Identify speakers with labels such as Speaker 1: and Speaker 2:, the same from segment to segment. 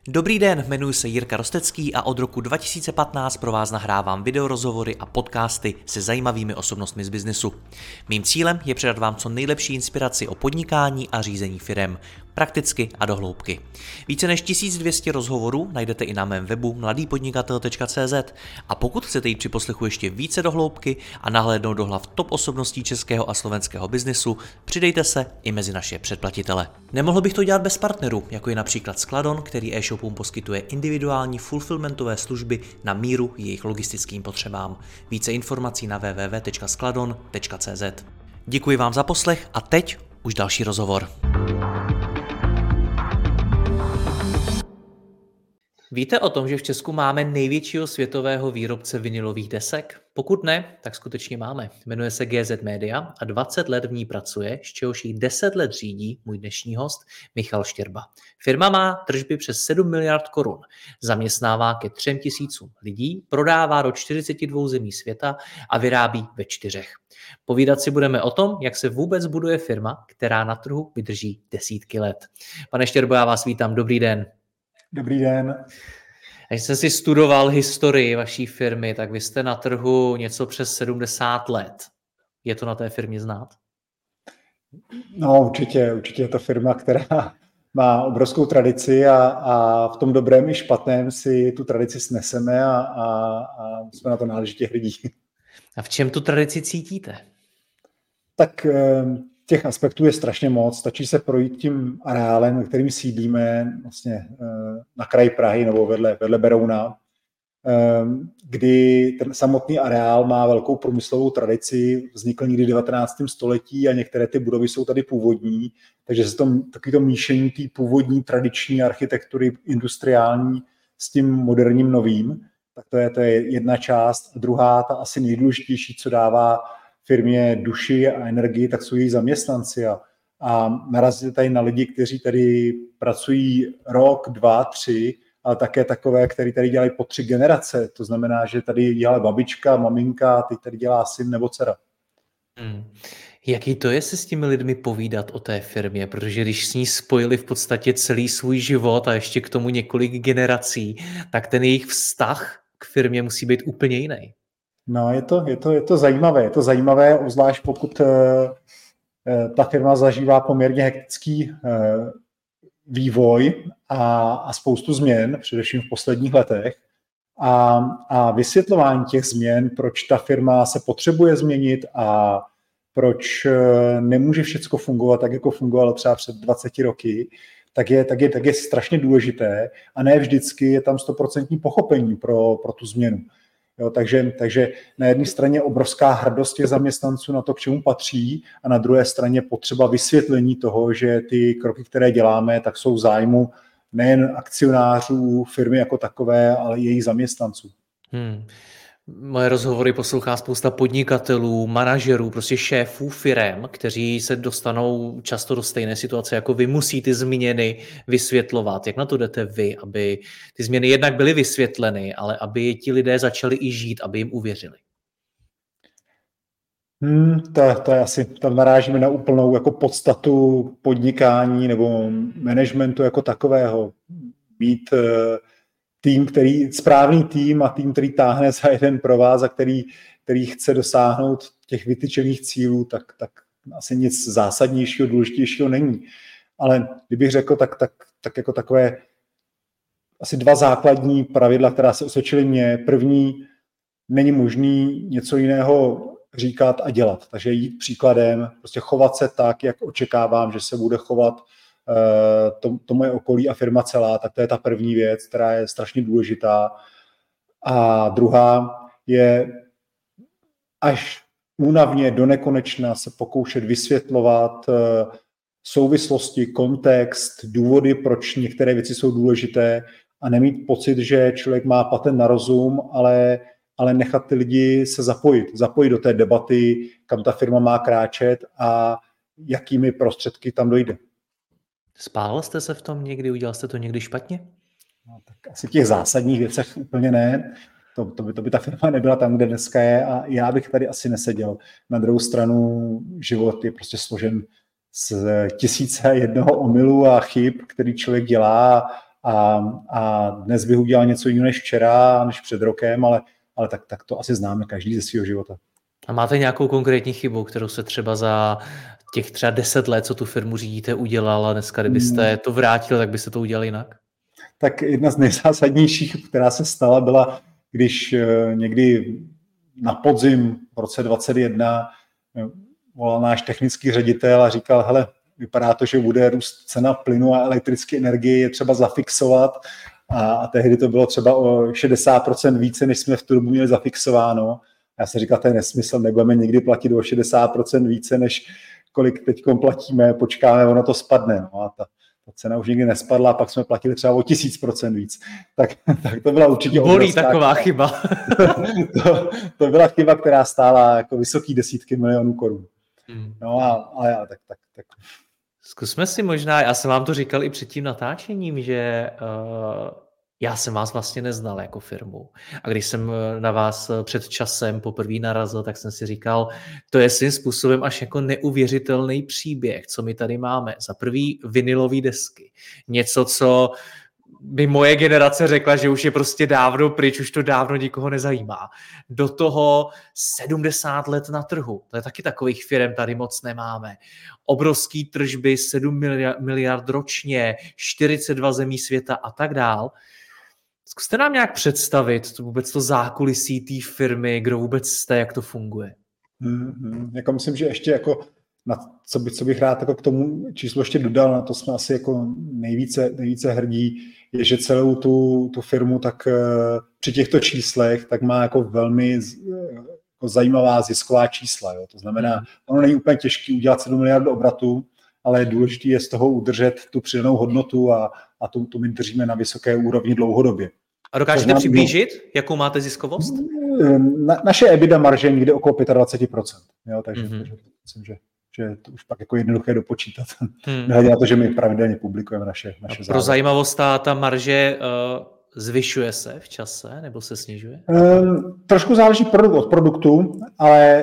Speaker 1: Dobrý den, jmenuji se Jirka Rostecký a od roku 2015 pro vás nahrávám videorozhovory a podcasty se zajímavými osobnostmi z biznesu. Mým cílem je předat vám co nejlepší inspiraci o podnikání a řízení firem, prakticky a do hloubky. Více než 1200 rozhovorů najdete i na mém webu mladýpodnikatel.cz a pokud chcete jít při poslechu ještě více do hloubky a nahlédnout do hlav top osobností českého a slovenského biznesu, přidejte se i mezi naše předplatitele. Nemohl bych to dělat bez partnerů, jako je například Skladon, který e-shopům poskytuje individuální fulfillmentové služby na míru jejich logistickým potřebám. Více informací na www.skladon.cz. Děkuji vám za poslech a teď už další rozhovor. Víte o tom, že v Česku máme největšího světového výrobce vinilových desek? Pokud ne, tak skutečně máme. Jmenuje se GZ Media a 20 let v ní pracuje, z čehož jí 10 let řídí můj dnešní host Michal Štěrba. Firma má tržby přes 7 miliard korun, zaměstnává ke 3 000 lidí, prodává do 42 zemí světa a vyrábí ve 4. Povídat si budeme o tom, jak se vůbec buduje firma, která na trhu vydrží desítky let. Pane Štěrbo, já vás vítám, dobrý den.
Speaker 2: Dobrý den.
Speaker 1: Když jsem si studoval historii vaší firmy, tak vy jste na trhu něco přes 70 let. Je to na té firmě znát?
Speaker 2: No určitě je to firma, která má obrovskou tradici a v tom dobrém i špatném si tu tradici sneseme a jsme na to náležitě hrdí.
Speaker 1: A v čem tu tradici cítíte?
Speaker 2: Tak těch aspektů je strašně moc. Stačí se projít tím areálem, kterým sídlíme vlastně na kraji Prahy nebo vedle Berouna, kdy ten samotný areál má velkou průmyslovou tradici, vznikl někdy v 19. století a některé ty budovy jsou tady původní, takže se takovýto míšení té původní tradiční architektury industriální s tím moderním novým, tak to je jedna část. A druhá, ta asi nejdůležitější, co dává firmě duši a energii, tak jsou její zaměstnanci a narazíte tady na lidi, kteří tady pracují rok, 2, 3, ale také takové, kteří tady dělají po 3 generace. To znamená, že tady dělá babička, maminka, teď tady dělá syn nebo dcera.
Speaker 1: Jaký to je se s těmi lidmi povídat o té firmě? Protože když s ní spojili v podstatě celý svůj život a ještě k tomu několik generací, tak ten jejich vztah k firmě musí být úplně jiný.
Speaker 2: No, je to zajímavé. Je to zajímavé, obzvlášť pokud ta firma zažívá poměrně hektický vývoj a spoustu změn, především v posledních letech. A vysvětlování těch změn, proč ta firma se potřebuje změnit a proč nemůže všecko fungovat tak, jako fungovalo třeba před 20 roky, tak je strašně důležité a ne vždycky je tam 100% pochopení pro tu změnu. Jo, takže na jedné straně obrovská hrdost těch zaměstnanců na to, k čemu patří, a na druhé straně potřeba vysvětlení toho, že ty kroky, které děláme, tak jsou v zájmu nejen akcionářů firmy jako takové, ale i jejich zaměstnanců.
Speaker 1: Moje rozhovory poslouchá spousta podnikatelů, manažerů, prostě šéfů firem, kteří se dostanou často do stejné situace, jako vy musí ty změny vysvětlovat. Jak na to jdete vy, aby ty změny jednak byly vysvětleny, ale aby ti lidé začali i žít, aby jim uvěřili?
Speaker 2: To je asi, tam narážíme na úplnou jako podstatu podnikání nebo managementu jako takového. Být správný tým a tým, který táhne za jeden provaz a který chce dosáhnout těch vytyčených cílů, tak asi nic zásadnějšího, důležitějšího není. Ale kdybych řekl, tak jako takové asi 2 základní pravidla, která se osvědčily mně. První, není možný něco jiného říkat a dělat. Takže jít příkladem, prostě chovat se tak, jak očekávám, že se bude chovat to moje okolí a firma celá, tak to je ta první věc, která je strašně důležitá. A druhá je až únavně do nekonečna se pokoušet vysvětlovat souvislosti, kontext, důvody, proč některé věci jsou důležité a nemít pocit, že člověk má patent na rozum, ale nechat ty lidi se zapojit do té debaty, kam ta firma má kráčet a jakými prostředky tam dojde.
Speaker 1: Spálil jste se v tom někdy? Udělal jste to někdy špatně?
Speaker 2: No, tak asi v těch zásadních věcech úplně ne. To by ta firma nebyla tam, kde dneska je a já bych tady asi neseděl. Na druhou stranu život je prostě složen z 1001 omylu a chyb, který člověk dělá a dnes bych udělal něco jiného než včera, než před rokem, ale tak to asi známe každý ze svého života.
Speaker 1: A máte nějakou konkrétní chybu, kterou se třeba za těch třeba 10 let, co tu firmu řídíte, udělal a dneska, kdybyste to vrátil, tak byste to udělal jinak?
Speaker 2: Tak jedna z nejzásadnějších, která se stala, byla, když někdy na podzim v roce 2021 volal náš technický ředitel a říkal, hele, vypadá to, že bude růst cena plynu a elektrické energie, je třeba zafixovat. A tehdy to bylo třeba o 60% více, než jsme v tu dobu měli zafixováno. Já jsem říkal, to je nesmysl, nebudeme nikdy platit o 60% více, než kolik teď platíme, počkáme, ono to spadne. No a ta cena už nikdy nespadla, a pak jsme platili třeba o 1000% víc. Tak to byla určitě
Speaker 1: bolí taková chyba.
Speaker 2: to byla chyba, která stála jako vysoký desítky milionů korun. No a tak.
Speaker 1: Zkusme si možná, já jsem vám to říkal i před tím natáčením, že já jsem vás vlastně neznal jako firmu. A když jsem na vás před časem poprvé narazil, tak jsem si říkal, to je svým způsobem až jako neuvěřitelný příběh, co my tady máme. Za prvý vinylové desky. Něco, co by moje generace řekla, že už je prostě dávno pryč, už to dávno nikoho nezajímá. Do toho 70 let na trhu. To je taky takových firm tady moc nemáme. Obrovský tržby, 7 miliard ročně, 42 zemí světa a tak dál. Zkuste nám nějak představit vůbec to zákulisí té firmy, kdo vůbec jste, jak to funguje.
Speaker 2: Jako myslím, že ještě jako co bych rád jako k tomu číslu ještě dodal, na to jsme asi jako nejvíce hrdí, je, že celou tu firmu tak při těchto číslech tak má jako velmi jako zajímavá zisková čísla. Jo. To znamená, ono není úplně těžké udělat 7 miliard obratu, ale důležité je z toho udržet tu přidanou hodnotu a tu my držíme na vysoké úrovni dlouhodobě.
Speaker 1: A dokážete přiblížit, jakou máte ziskovost?
Speaker 2: Naše EBITDA marže někde okolo 25%. Jo, takže myslím, že je to už pak jako jednoduché dopočítat. Nehledě na to, že my pravidelně publikujeme naše závody.
Speaker 1: Pro zajímavost, ta marže zvyšuje se v čase nebo se snižuje?
Speaker 2: Trošku záleží od produktu, ale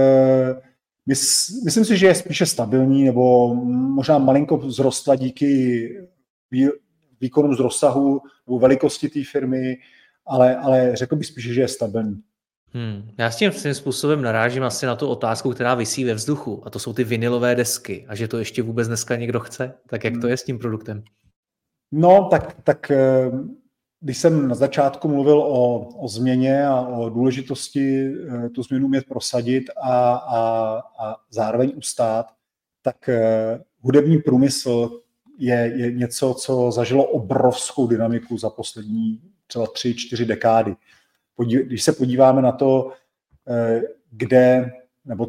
Speaker 2: myslím si, že je spíše stabilní nebo možná malinko vzrostla díky výkonům z rozsahu nebo velikosti té firmy, ale řekl bych spíše, že je stabilní.
Speaker 1: Já s tím svým způsobem narážím asi na tu otázku, která visí ve vzduchu, a to jsou ty vinylové desky, a že to ještě vůbec dneska někdo chce. Tak jak to je s tím produktem?
Speaker 2: No, tak když jsem na začátku mluvil o změně a o důležitosti tu změnu umět prosadit a zároveň ustát, tak hudební průmysl je něco, co zažilo obrovskou dynamiku za poslední třeba 3-4 dekády. Když se podíváme na to, kde, nebo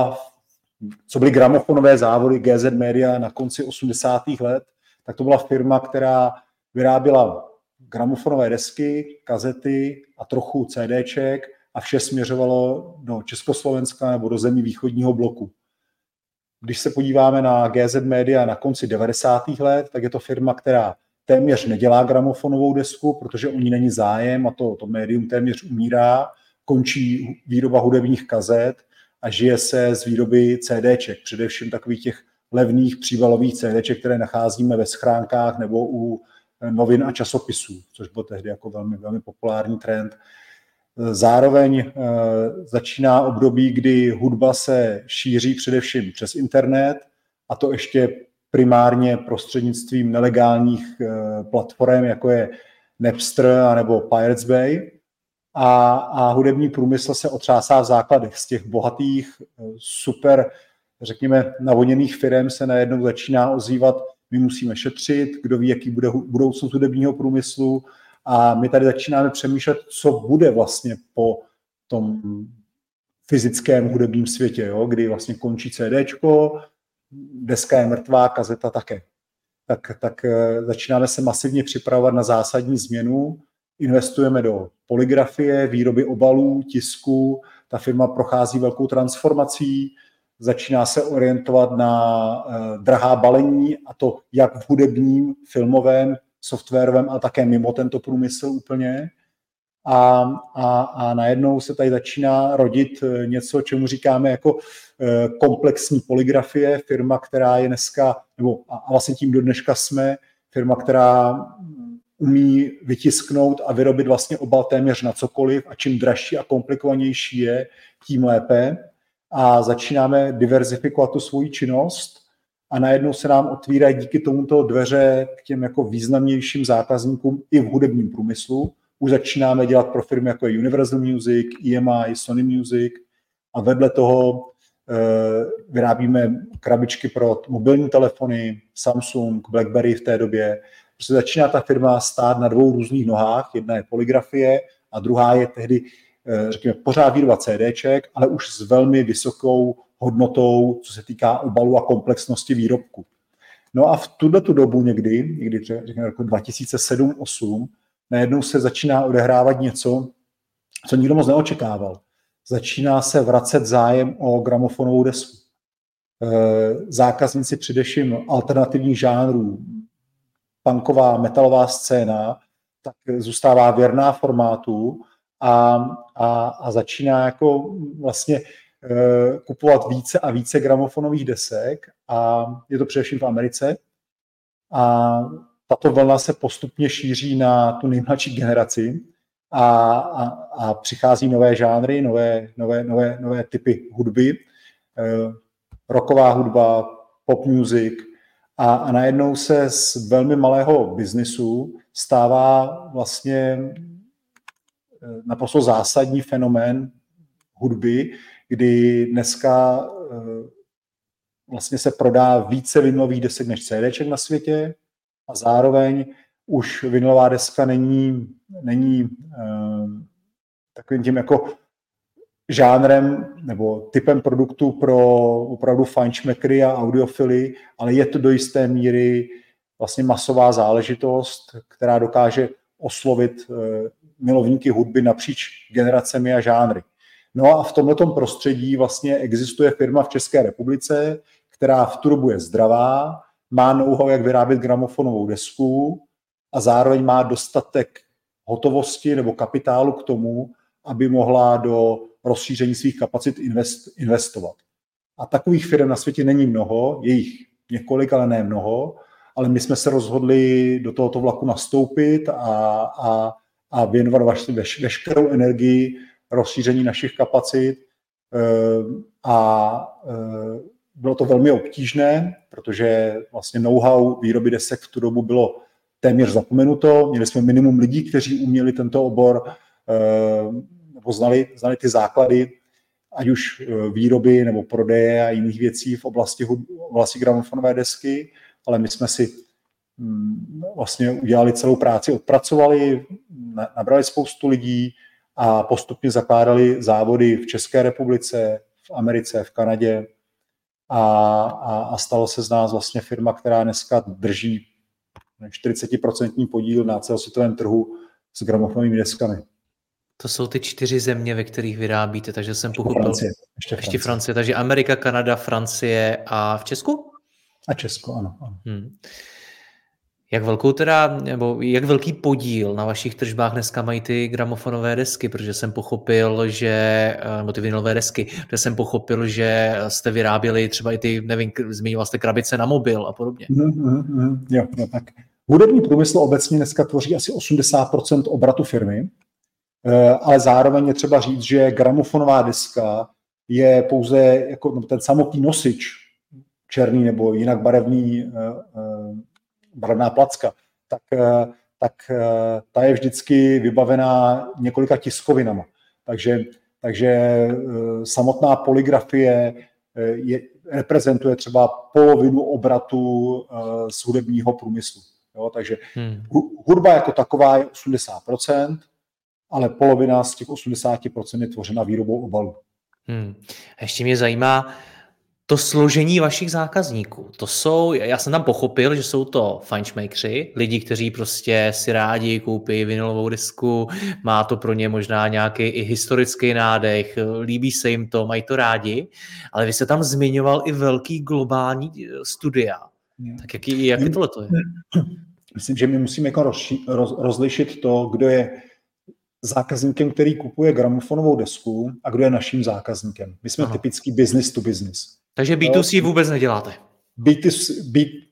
Speaker 2: co byly gramofonové závody GZ Media na konci 80. let, tak to byla firma, která vyráběla gramofonové desky, kazety a trochu CDček a vše směřovalo do Československa nebo do zemí východního bloku. Když se podíváme na GZ Media na konci 90. let, tak je to firma, která téměř nedělá gramofonovou desku, protože o ní není zájem a to médium téměř umírá, končí výroba hudebních kazet a žije se z výroby CDček, především takových těch levných příbalových CDček, které nacházíme ve schránkách nebo u novin a časopisů, což byl tehdy jako velmi, velmi populární trend. Zároveň začíná období, kdy hudba se šíří především přes internet, a to ještě primárně prostřednictvím nelegálních platform, jako je Napster nebo Pirates Bay. A hudební průmysl se otřásá v základech. Z těch bohatých, super, řekněme, navoněných firem se najednou začíná ozývat, my musíme šetřit, kdo ví, jaký bude budoucnost hudebního průmyslu, a my tady začínáme přemýšlet, co bude vlastně po tom fyzickém hudebním světě, jo? Kdy vlastně končí CDčko, deska je mrtvá, kazeta také. Tak začínáme se masivně připravovat na zásadní změnu, investujeme do polygrafie, výroby obalů, tisku, ta firma prochází velkou transformací, začíná se orientovat na drahá balení, a to jak v hudebním, filmovém, softwarovém a také mimo tento průmysl úplně. A najednou se tady začíná rodit něco, čemu říkáme jako komplexní polygrafie, firma, která je dneska, nebo a vlastně tím do dneška jsme, firma, která umí vytisknout a vyrobit vlastně obal téměř na cokoliv a čím dražší a komplikovanější je, tím lépe. A začínáme diverzifikovat tu svoji činnost a najednou se nám otvírají díky tomuto dveře k těm jako významnějším zákazníkům i v hudebním průmyslu. Už začínáme dělat pro firmy jako je Universal Music, EMI, Sony Music a vedle toho vyrábíme krabičky pro mobilní telefony, Samsung, BlackBerry v té době. Prostě začíná ta firma stát na dvou různých nohách. Jedna je polygrafie a druhá je tehdy, řekněme, pořád výroba CDček, ale už s velmi vysokou hodnotou, co se týká obalu a komplexnosti výrobku. No a v tuto dobu někdy řekněme roku 2007-2008, najednou se začíná odehrávat něco, co nikdo moc neočekával. Začíná se vracet zájem o gramofonovou desku. Zákazníci především alternativních žánrů, punková, metalová scéna, tak zůstává věrná formátu a začíná jako vlastně kupovat více a více gramofonových desek a je to především v Americe. A tato vlna se postupně šíří na tu nejmladší generaci a přichází nové žánry, nové typy hudby, rocková hudba, pop music a najednou se z velmi malého biznisu stává vlastně naprosto zásadní fenomén hudby, kdy dneska vlastně se prodá více vinylových desek než CDček na světě a zároveň už vinylová deska není takovým tím jako žánrem nebo typem produktu pro opravdu fajnšmekry a audiofily, ale je to do jisté míry vlastně masová záležitost, která dokáže oslovit milovníky hudby napříč generacemi a žánry. No a v tomhletom prostředí vlastně existuje firma v České republice, která v tu dobu je zdravá, má know-how, jak vyrábět gramofonovou desku a zároveň má dostatek hotovosti nebo kapitálu k tomu, aby mohla do rozšíření svých kapacit investovat. A takových firm na světě není mnoho, je jich několik, ale ne mnoho, ale my jsme se rozhodli do tohoto vlaku nastoupit a věnovat veškerou energii rozšíření našich kapacit a bylo to velmi obtížné, protože vlastně know-how výroby desek v tu dobu bylo téměř zapomenuto. Měli jsme minimum lidí, kteří uměli tento obor nebo znali ty základy, ať už výroby nebo prodeje a jiných věcí v oblasti gramofonové desky, ale my jsme si vlastně udělali celou práci, odpracovali, nabrali spoustu lidí a postupně zakládali závody v České republice, v Americe, v Kanadě a stalo se z nás vlastně firma, která dneska drží 40% podíl na celosvětovém trhu s gramofonovými deskami.
Speaker 1: To jsou ty 4 země, ve kterých vyrábíte, takže jsem pochopil. Ještě Francie. Takže Amerika, Kanada, Francie a v Česku?
Speaker 2: A Česko, ano.
Speaker 1: Jak velký podíl na vašich tržbách dneska mají ty gramofonové desky, protože jsem pochopil, nebo ty vinylové desky, protože jsem pochopil, že jste vyráběli třeba i ty, nevím, zmiňoval jste krabice na mobil a podobně.
Speaker 2: Jo, tak. Hudební průmysl obecně dneska tvoří asi 80% obratu firmy, ale zároveň je třeba říct, že gramofonová deska je pouze jako ten samotný nosič, černý nebo jinak barevná placka, tak ta je vždycky vybavená několika tiskovinama. Takže samotná polygrafie reprezentuje třeba polovinu obratu z hudebního průmyslu. Jo, takže hudba jako taková je 80%, ale polovina z těch 80% je tvořena výrobou obalu.
Speaker 1: A ještě mě zajímá to složení vašich zákazníků. Já jsem tam pochopil, že jsou to fajnšmejkři, lidi, kteří prostě si rádi koupí vinylovou desku, má to pro ně možná nějaký i historický nádech, líbí se jim to, mají to rádi, ale vy jste tam zmiňoval i velký globální studia. Tak jak tohle je?
Speaker 2: Myslím, že my musíme jako rozlišit to, kdo je zákazníkem, který kupuje gramofonovou desku a kdo je naším zákazníkem. My jsme typický business to business.
Speaker 1: Takže B2C vůbec neděláte?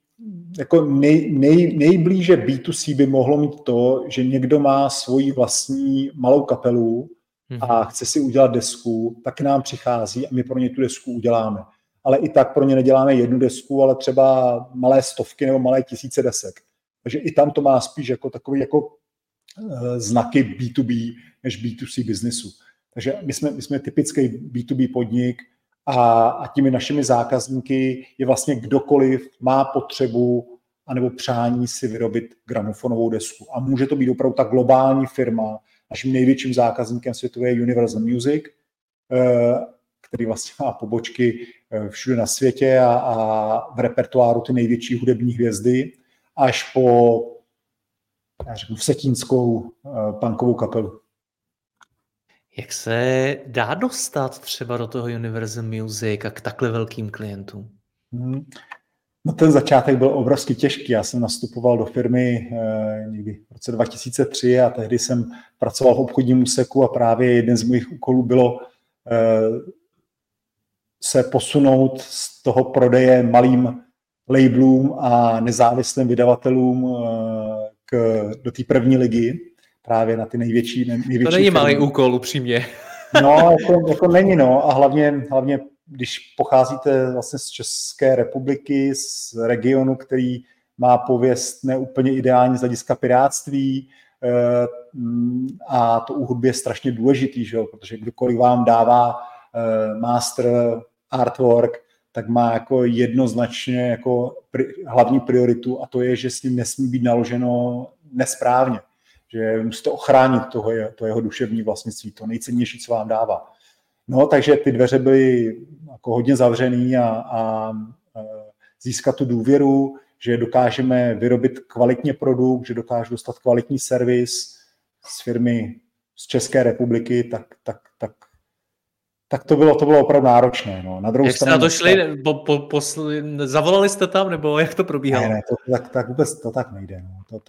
Speaker 2: jako nejblíže B2C by mohlo mít to, že někdo má svoji vlastní malou kapelu a chce si udělat desku, tak k nám přichází a my pro ně tu desku uděláme. Ale i tak pro ně neděláme jednu desku, ale třeba malé stovky nebo malé tisíce desek. Takže i tam to má spíš jako takový jako znaky B2B než B2C biznesu. Takže my jsme typický B2B podnik a těmi našimi zákazníky je vlastně kdokoliv má potřebu anebo přání si vyrobit gramofonovou desku. A může to být opravdu ta globální firma. Naším největším zákazníkem světově je Universal Music, který vlastně má pobočky všude na světě a v repertoáru ty největší hudební hvězdy, až po, já řeknu, vsetínskou punkovou kapelu.
Speaker 1: Jak se dá dostat třeba do toho Universal Music a k takhle velkým klientům?
Speaker 2: No ten začátek byl obrovsky těžký. Já jsem nastupoval do firmy někdy v roce 2003 a tehdy jsem pracoval v obchodním úseku a právě jeden z mých úkolů bylo se posunout z toho prodeje malým labelům a nezávislým vydavatelům do té první ligy, právě na ty největší to není
Speaker 1: firmy. Malý úkol, upřímně.
Speaker 2: No, jako není, no. A hlavně, když pocházíte vlastně z České republiky, z regionu, který má pověst neúplně ideální z hlediska pirátství, a to u hudby je strašně důležitý, že jo? Protože kdokoliv vám dává master artwork, tak má jako jednoznačně jako hlavní prioritu a to je, že s ním nesmí být naloženo nesprávně. Že musíte ochránit to jeho duševní vlastnictví, to nejcennější, co vám dává. No, takže ty dveře byly jako hodně zavřený a získat tu důvěru, že dokážeme vyrobit kvalitně produkt, že dokážu dostat kvalitní servis z firmy z České republiky, tak to bylo opravdu náročné. No. Na druhou
Speaker 1: jak
Speaker 2: stranu,
Speaker 1: jste na to šli? Zavolali jste tam, nebo jak to probíhalo?
Speaker 2: Ne, tak vůbec to tak nejde. No.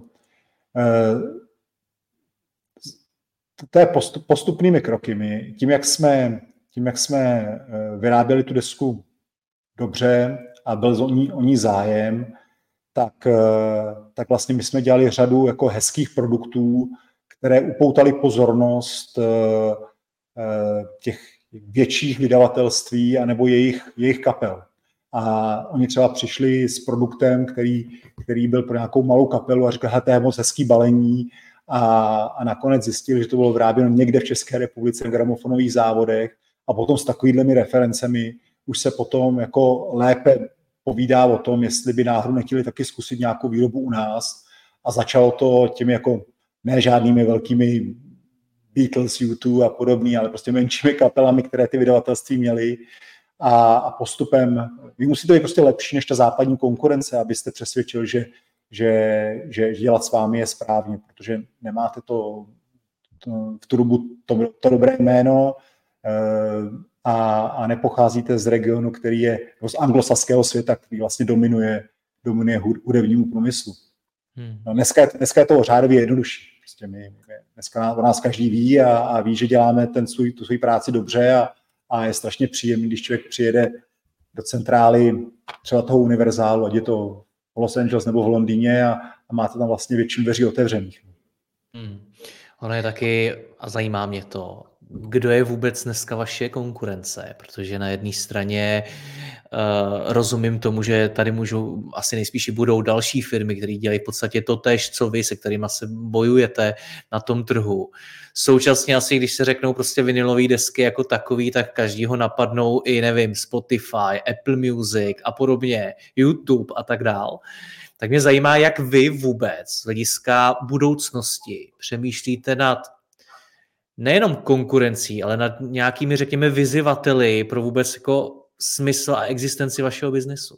Speaker 2: To je postupnými kroky. My, tím, jak jsme vyráběli tu desku dobře a byl o ní zájem, tak vlastně my jsme dělali řadu jako hezkých produktů, které upoutaly pozornost těch větších vydavatelství anebo jejich kapel. A oni třeba přišli s produktem, který byl pro nějakou malou kapelu a říkali, to je moc hezký balení a nakonec zjistili, že to bylo vyráběno někde v České republice v gramofonových závodech a potom s takovými referencemi už se potom jako lépe povídá o tom, jestli by náhodou nechtěli taky zkusit nějakou výrobu u nás a začalo to těmi jako ne žádnými velkými Beatles, U2 a podobný, ale prostě menšími kapelami, které ty vydavatelství měly a postupem, vy musíte být prostě lepší než ta západní konkurence, abyste přesvědčil, že dělat s vámi je správně, protože nemáte v tu dobu to dobré jméno a nepocházíte z regionu, který je z anglosaského světa, který vlastně dominuje hudebnímu průmyslu. No, dneska je to řádově jednodušší. Prostě dneska o nás každý ví a ví, že děláme tu svou práci dobře a je strašně příjemný, když člověk přijede do centrály třeba toho univerzálu, ať je to v Los Angeles nebo v Londýně a máte tam vlastně většinu dveří otevřených.
Speaker 1: Ono je taky, a zajímá mě to, kdo je vůbec dneska vaše konkurence, protože na jedné straně rozumím tomu, že tady asi nejspíš budou další firmy, které dělají v podstatě totéž, co vy, se kterými se bojujete na tom trhu. Současně asi, když se řeknou prostě vinylové desky jako takový, tak každýho napadnou i, nevím, Spotify, Apple Music a podobně, YouTube a tak dál. Tak mě zajímá, jak vy vůbec z hlediska budoucnosti přemýšlíte nad nejenom konkurencí, ale nad nějakými, řekněme, vyzývateli pro vůbec jako smysl a existenci vašeho biznesu.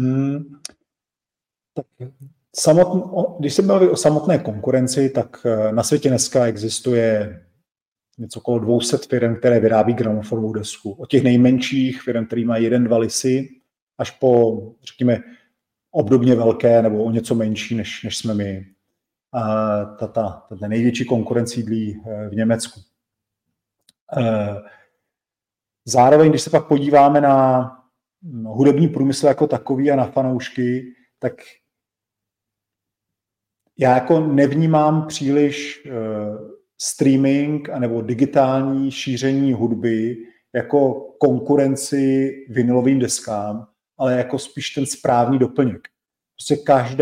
Speaker 2: Tak když se baví o samotné konkurenci, tak na světě dneska existuje něco okolo 200 firm, které vyrábí gramofonovou desku. Od těch nejmenších firm, které mají 1-2 lisy, až po, řekněme, obdobně velké nebo o něco menší, než jsme my. A ta největší konkurence sídlí v Německu. Zároveň, když se pak podíváme na hudební průmysl jako takový a na fanoušky, tak já jako nevnímám příliš streaming anebo digitální šíření hudby jako konkurenci vinylovým deskám, ale jako spíš ten správný doplněk. Prostě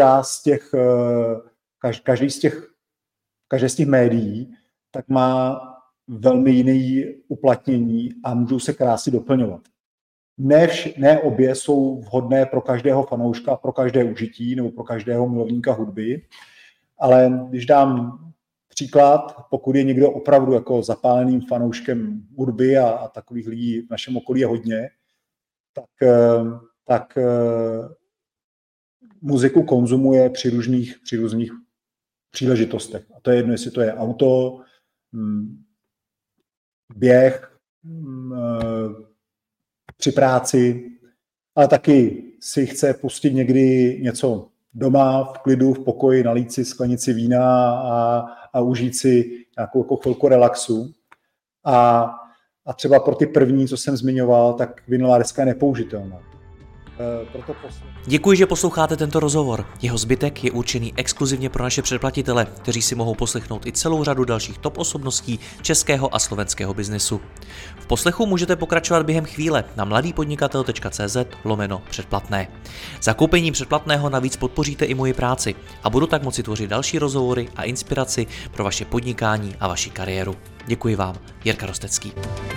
Speaker 2: každé z těch médií tak má velmi jiný uplatnění a můžou se krásně doplňovat. Ne obě jsou vhodné pro každého fanouška, pro každé užití nebo pro každého milovníka hudby, ale když dám příklad, pokud je někdo opravdu jako zapáleným fanouškem hudby a takových lidí v našem okolí je hodně, tak muziku konzumuje při různých příležitostech. A to je jedno, jestli to je auto, běh, při práci, ale taky si chce pustit někdy něco doma, v klidu, v pokoji, nalít si sklenici vína a užít si nějakou jako chvilku relaxu. A třeba pro ty první, co jsem zmiňoval, tak vinylová deska je nepoužitelná.
Speaker 1: Děkuji, že posloucháte tento rozhovor. Jeho zbytek je určený exkluzivně pro naše předplatitele, kteří si mohou poslechnout i celou řadu dalších top osobností českého a slovenského biznesu. V poslechu můžete pokračovat během chvíle na mladýpodnikatel.cz/předplatné. Zakoupením předplatného navíc podpoříte i moji práci a budu tak moci tvořit další rozhovory a inspiraci pro vaše podnikání a vaši kariéru. Děkuji vám, Jirka Rostecký.